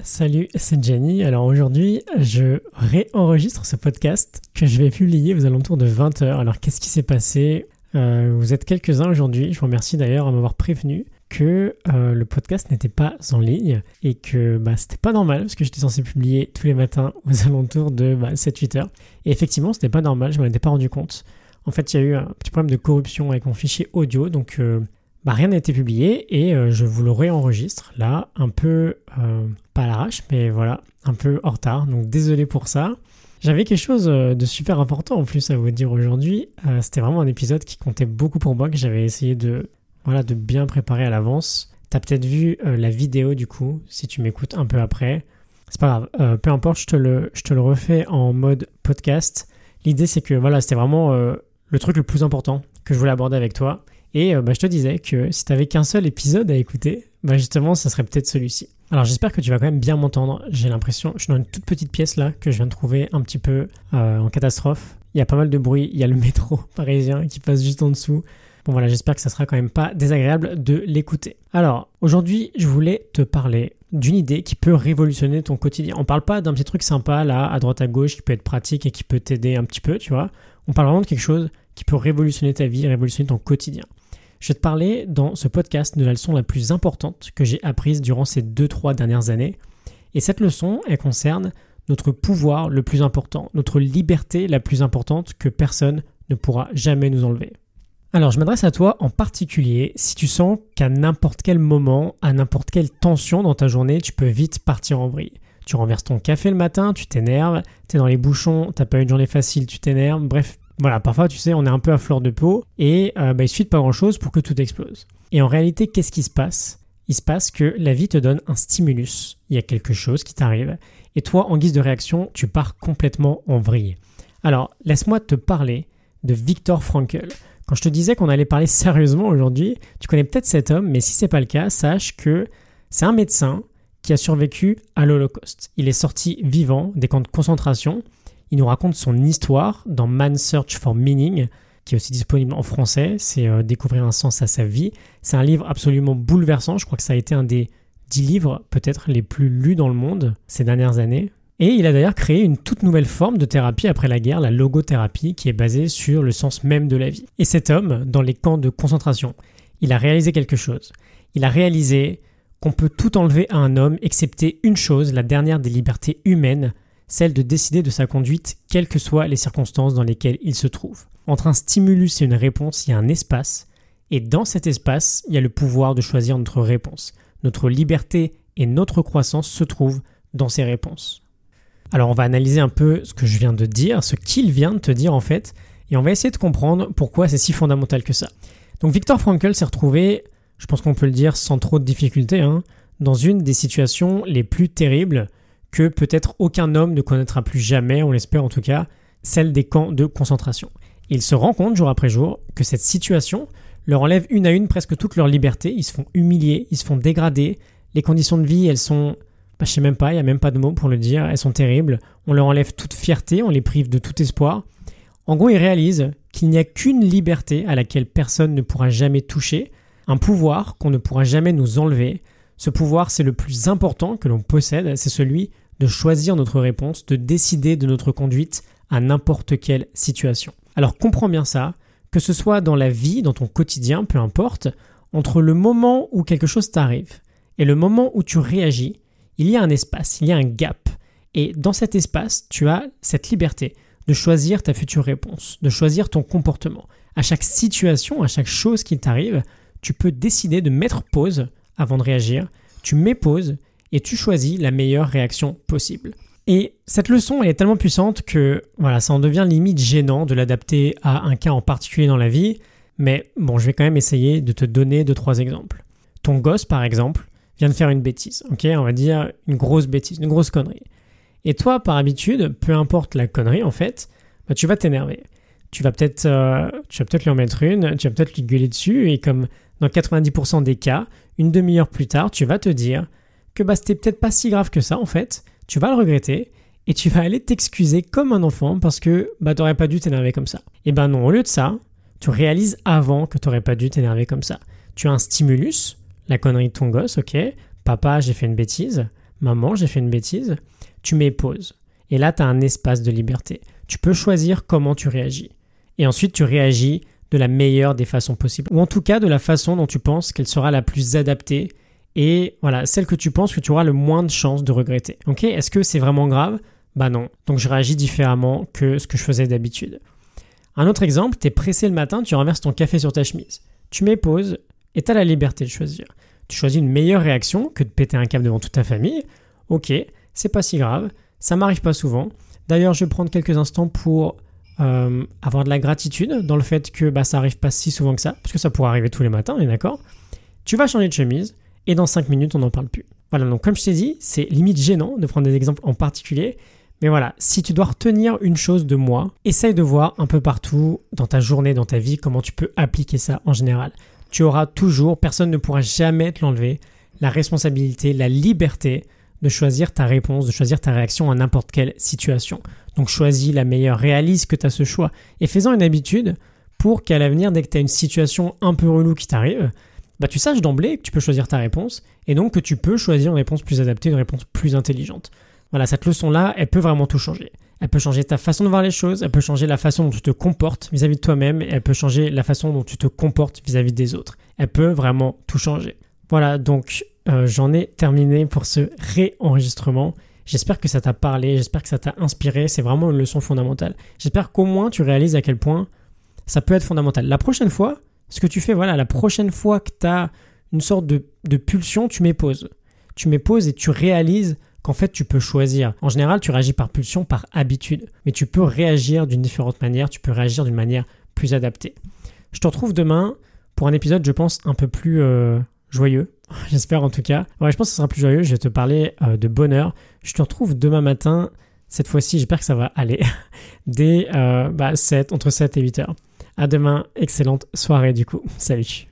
Salut, c'est Jenny. Alors aujourd'hui, je réenregistre ce podcast que je vais publier aux alentours de 20h. Alors qu'est-ce qui s'est passé ? Vous êtes quelques-uns aujourd'hui. Je vous remercie d'ailleurs à m'avoir prévenu que le podcast n'était pas en ligne et que c'était pas normal parce que j'étais censé publier tous les matins aux alentours de 7-8 heures. Et effectivement, c'était pas normal, je m'en étais pas rendu compte. En fait, il y a eu un petit problème de corruption avec mon fichier audio, donc rien n'a été publié et je vous le réenregistre là, un peu, pas à l'arrache, mais voilà, un peu en retard, donc désolé pour ça. J'avais quelque chose de super important en plus à vous dire aujourd'hui, c'était vraiment un épisode qui comptait beaucoup pour moi, que j'avais essayé de bien préparer à l'avance. T'as peut-être vu la vidéo du coup, si tu m'écoutes un peu après, c'est pas grave, peu importe, je te le refais en mode podcast. L'idée c'est que c'était vraiment le truc le plus important que je voulais aborder avec toi. Et je te disais que si t'avais qu'un seul épisode à écouter, justement, ça serait peut-être celui-ci. Alors j'espère que tu vas quand même bien m'entendre. J'ai l'impression, je suis dans une toute petite pièce là, que je viens de trouver un petit peu en catastrophe. Il y a pas mal de bruit, il y a le métro parisien qui passe juste en dessous. Bon voilà, j'espère que ça sera quand même pas désagréable de l'écouter. Alors, aujourd'hui, je voulais te parler d'une idée qui peut révolutionner ton quotidien. On parle pas d'un petit truc sympa là, à droite à gauche, qui peut être pratique et qui peut t'aider un petit peu, tu vois. On parle vraiment de quelque chose qui peut révolutionner ta vie, révolutionner ton quotidien. Je vais te parler dans ce podcast de la leçon la plus importante que j'ai apprise durant ces 2-3 dernières années. Et cette leçon, elle concerne notre pouvoir le plus important, notre liberté la plus importante que personne ne pourra jamais nous enlever. Alors, je m'adresse à toi en particulier si tu sens qu'à n'importe quel moment, à n'importe quelle tension dans ta journée, tu peux vite partir en vrille. Tu renverses ton café le matin, tu t'énerves, t'es dans les bouchons, t'as pas eu une journée facile, tu t'énerves, bref. Voilà, parfois, tu sais, on est un peu à fleur de peau et il suffit de pas grand-chose pour que tout explose. Et en réalité, qu'est-ce qui se passe ? Il se passe que la vie te donne un stimulus. Il y a quelque chose qui t'arrive et toi, en guise de réaction, tu pars complètement en vrille. Alors, laisse-moi te parler de Viktor Frankl. Quand je te disais qu'on allait parler sérieusement aujourd'hui, tu connais peut-être cet homme, mais si c'est pas le cas, sache que c'est un médecin qui a survécu à l'Holocauste. Il est sorti vivant des camps de concentration. Il nous raconte son histoire dans Man's Search for Meaning, qui est aussi disponible en français. C'est découvrir un sens à sa vie. C'est un livre absolument bouleversant. Je crois que ça a été un des 10 livres peut-être les plus lus dans le monde ces dernières années. Et il a d'ailleurs créé une toute nouvelle forme de thérapie après la guerre, la logothérapie, qui est basée sur le sens même de la vie. Et cet homme, dans les camps de concentration, il a réalisé quelque chose. Il a réalisé qu'on peut tout enlever à un homme, excepté une chose, la dernière des libertés humaines, celle de décider de sa conduite, quelles que soient les circonstances dans lesquelles il se trouve. Entre un stimulus et une réponse, il y a un espace, et dans cet espace, il y a le pouvoir de choisir notre réponse. Notre liberté et notre croissance se trouvent dans ces réponses. Alors on va analyser un peu ce que je viens de dire, ce qu'il vient de te dire en fait, et on va essayer de comprendre pourquoi c'est si fondamental que ça. Donc Viktor Frankl s'est retrouvé, je pense qu'on peut le dire sans trop de difficulté, dans une des situations les plus terribles que peut-être aucun homme ne connaîtra plus jamais, on l'espère en tout cas, celle des camps de concentration. Il se rend compte jour après jour que cette situation leur enlève une à une presque toute leur liberté, ils se font humilier, ils se font dégrader, les conditions de vie elles sont, je sais même pas, il n'y a même pas de mots pour le dire, elles sont terribles, on leur enlève toute fierté, on les prive de tout espoir. En gros, ils réalisent qu'il n'y a qu'une liberté à laquelle personne ne pourra jamais toucher, un pouvoir qu'on ne pourra jamais nous enlever. Ce pouvoir, c'est le plus important que l'on possède, c'est celui de choisir notre réponse, de décider de notre conduite à n'importe quelle situation. Alors comprends bien ça, que ce soit dans la vie, dans ton quotidien, peu importe, entre le moment où quelque chose t'arrive et le moment où tu réagis, il y a un espace, il y a un gap. Et dans cet espace, tu as cette liberté de choisir ta future réponse, de choisir ton comportement. À chaque situation, à chaque chose qui t'arrive, tu peux décider de mettre pause avant de réagir, tu mets pause et tu choisis la meilleure réaction possible. Et cette leçon, elle est tellement puissante que ça en devient limite gênant de l'adapter à un cas en particulier dans la vie, mais je vais quand même essayer de te donner 2-3 exemples. Ton gosse, par exemple, vient de faire une bêtise, on va dire une grosse bêtise, une grosse connerie. Et toi, par habitude, peu importe la connerie en fait, tu vas t'énerver. Tu vas peut-être lui en mettre une, tu vas peut-être lui gueuler dessus et comme dans 90% des cas, une demi-heure plus tard, tu vas te dire que c'était peut-être pas si grave que ça en fait, tu vas le regretter et tu vas aller t'excuser comme un enfant parce que t'aurais pas dû t'énerver comme ça. Et non, au lieu de ça, tu réalises avant que t'aurais pas dû t'énerver comme ça. Tu as un stimulus, la connerie de ton gosse, ok, papa j'ai fait une bêtise, maman, j'ai fait une bêtise, tu mets pause. Et là, tu as un espace de liberté. Tu peux choisir comment tu réagis. Et ensuite, tu réagis de la meilleure des façons possibles. Ou en tout cas, de la façon dont tu penses qu'elle sera la plus adaptée et voilà, celle que tu penses que tu auras le moins de chances de regretter. Ok ? Est-ce que c'est vraiment grave ? Bah non. Donc, je réagis différemment que ce que je faisais d'habitude. Un autre exemple, tu es pressé le matin, tu renverses ton café sur ta chemise. Tu mets pause et tu as la liberté de choisir. Tu choisis une meilleure réaction que de péter un câble devant toute ta famille. Ok, c'est pas si grave, ça m'arrive pas souvent. D'ailleurs, je vais prendre quelques instants pour avoir de la gratitude dans le fait que ça arrive pas si souvent que ça, parce que ça pourrait arriver tous les matins, on est d'accord ? Tu vas changer de chemise et dans 5 minutes, on n'en parle plus. Voilà, donc comme je t'ai dit, c'est limite gênant de prendre des exemples en particulier. Mais voilà, si tu dois retenir une chose de moi, essaye de voir un peu partout dans ta journée, dans ta vie, comment tu peux appliquer ça en général. Tu auras toujours, personne ne pourra jamais te l'enlever, la responsabilité, la liberté de choisir ta réponse, de choisir ta réaction à n'importe quelle situation. Donc choisis la meilleure, réalise que tu as ce choix et fais-en une habitude pour qu'à l'avenir, dès que tu as une situation un peu relou qui t'arrive, tu saches d'emblée que tu peux choisir ta réponse et donc que tu peux choisir une réponse plus adaptée, une réponse plus intelligente. Voilà, cette leçon-là, elle peut vraiment tout changer. Elle peut changer ta façon de voir les choses, elle peut changer la façon dont tu te comportes vis-à-vis de toi-même, et elle peut changer la façon dont tu te comportes vis-à-vis des autres. Elle peut vraiment tout changer. Voilà, donc j'en ai terminé pour ce réenregistrement. J'espère que ça t'a parlé, j'espère que ça t'a inspiré, c'est vraiment une leçon fondamentale. J'espère qu'au moins tu réalises à quel point ça peut être fondamental. La prochaine fois, ce que tu fais, la prochaine fois que tu as une sorte de pulsion, tu mets pause. Tu mets pause et tu réalises qu'en fait, tu peux choisir. En général, tu réagis par pulsion, par habitude. Mais tu peux réagir d'une différente manière, tu peux réagir d'une manière plus adaptée. Je te retrouve demain pour un épisode, je pense, un peu plus joyeux. J'espère en tout cas. Ouais, je pense que ce sera plus joyeux. Je vais te parler de bonheur. Je te retrouve demain matin. Cette fois-ci, j'espère que ça va aller. Dès entre 7 et 8 heures. À demain. Excellente soirée du coup. Salut.